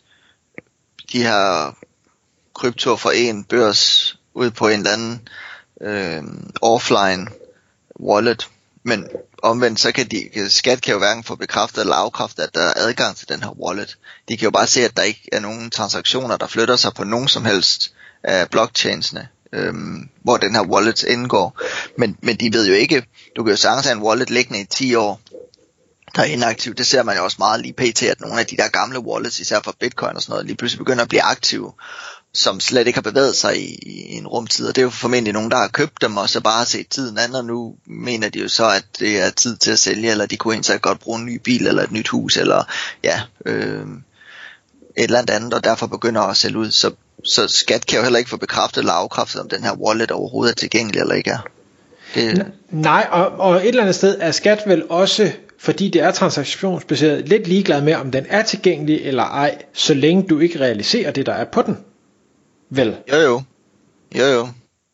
de her kryptoer fra en børs ud på en eller anden øh, offline wallet. Men omvendt, så kan de, skat kan jo hverken få bekræftet eller afkræftet, at der er adgang til den her wallet. De kan jo bare se, at der ikke er nogen transaktioner, der flytter sig på nogen som helst af blockchainsene, øhm, hvor den her wallet indgår. Men, men de ved jo ikke, du kan jo sagtens have en wallet liggende i ti år, der er inaktiv. Det ser man jo også meget lige pt, at nogle af de der gamle wallets, især for bitcoin og sådan noget, lige pludselig begynder at blive aktive, som slet ikke har bevæget sig i, i en rumtid. Og det er jo formentlig nogen, der har købt dem, og så bare har set tiden an, og nu mener de jo så, at det er tid til at sælge, eller de kunne egentlig godt bruge en ny bil, eller et nyt hus, eller ja, øh, et eller andet, og derfor begynder at sælge ud. Så, så skat kan jo heller ikke få bekræftet eller afkræftet, om den her wallet overhovedet er tilgængelig eller ikke er. Det... Nej, og, og et eller andet sted er skat vel også, fordi det er transaktionsbaseret, lidt ligeglad med, om den er tilgængelig eller ej, så længe du ikke realiserer det, der er på den. Vel? Jo jo, jo jo.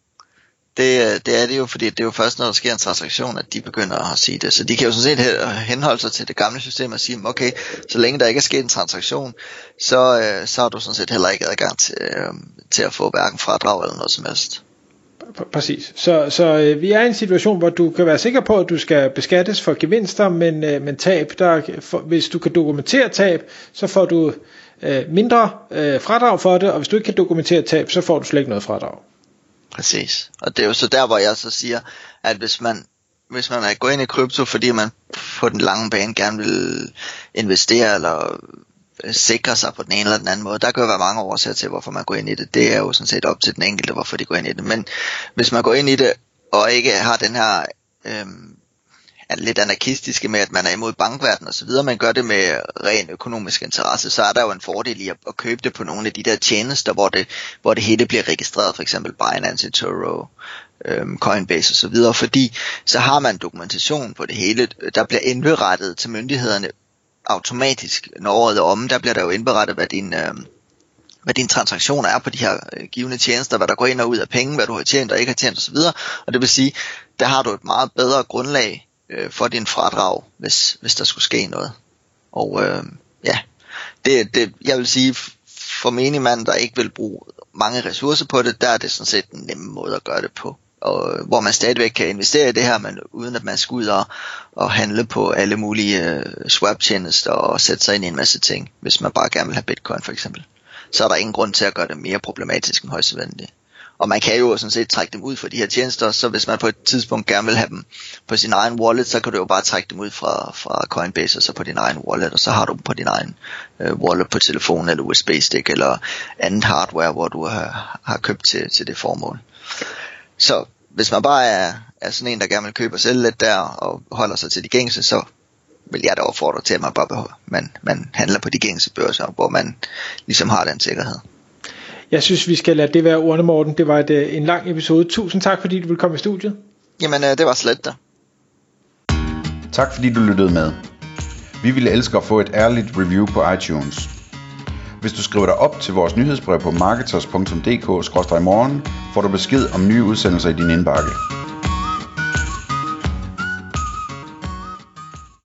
Det, det er det jo, fordi det er jo først, når der sker en transaktion, at de begynder at sige det. Så de kan jo sådan set henholde sig til det gamle system og sige, okay, så længe der ikke er sket en transaktion, så, så har du sådan set heller ikke adgang til, til at få hverken fradrag eller noget som helst. Præcis. Så, så øh, vi er i en situation, hvor du kan være sikker på, at du skal beskattes for gevinster, men, øh, men tab, der, for, hvis du kan dokumentere tab, så får du øh, mindre øh, fradrag for det, og hvis du ikke kan dokumentere tab, så får du slet ikke noget fradrag. Præcis. Og det er jo så der, hvor jeg så siger, at hvis man hvis man er gået ind i krypto, fordi man på den lange bane gerne vil investere eller sikre sig på den ene eller den anden måde, der kan jo være mange årsager til, hvorfor man går ind i det. Det er jo sådan set op til den enkelte, hvorfor de går ind i det. Men hvis man går ind i det, og ikke har den her øhm, lidt anarkistiske med, at man er imod bankverdenen og så videre, man gør det med ren økonomisk interesse, så er der jo en fordel i at, at købe det på nogle af de der tjenester, hvor det, hvor det hele bliver registreret, for eksempel Binance, Toro, øhm, Coinbase og så videre, fordi så har man dokumentation på det hele, der bliver indberettet til myndighederne automatisk, når året er omme, der bliver der jo indberettet, hvad din, øh, hvad dine transaktioner er på de her øh, givende tjenester, hvad der går ind og ud af penge, hvad du har tjent og ikke har tjent osv. Og det vil sige, der har du et meget bedre grundlag øh, for din fradrag, hvis, hvis der skulle ske noget. Og øh, ja, det, det, jeg vil sige, for menigmand, der ikke vil bruge mange ressourcer på det, der er det sådan set en nem måde at gøre det på. Og hvor man stadigvæk kan investere i det her, men uden at man skal ud og, og handle på alle mulige uh, swap-tjenester og sætte sig ind i en masse ting, hvis man bare gerne vil have bitcoin for eksempel. Så er der ingen grund til at gøre det mere problematisk end højst nødvendigt. Og man kan jo sådan set trække dem ud fra de her tjenester, så hvis man på et tidspunkt gerne vil have dem på sin egen wallet, så kan du jo bare trække dem ud fra, fra Coinbase og så på din egen wallet, og så har du dem på din egen uh, wallet på telefon eller U S B-stik eller andet hardware, hvor du har, har købt til, til det formål. Så hvis man bare er, er sådan en, der gerne vil købe og sælge lidt der, og holder sig til de gængse, så vil jeg da opfordre til, at man bare man, man handler på de gængse børser, hvor man ligesom har den sikkerhed. Jeg synes, vi skal lade det være ordene, Morten. Det var et, en lang episode. Tusind tak, fordi du ville komme i studiet. Jamen, det var slet da. Tak fordi du lyttede med. Vi ville elske at få et ærligt review på iTunes. Hvis du skriver dig op til vores nyhedsbrev på marketers punktum d k skråstreg morgen, får du besked om nye udsendelser i din indbakke.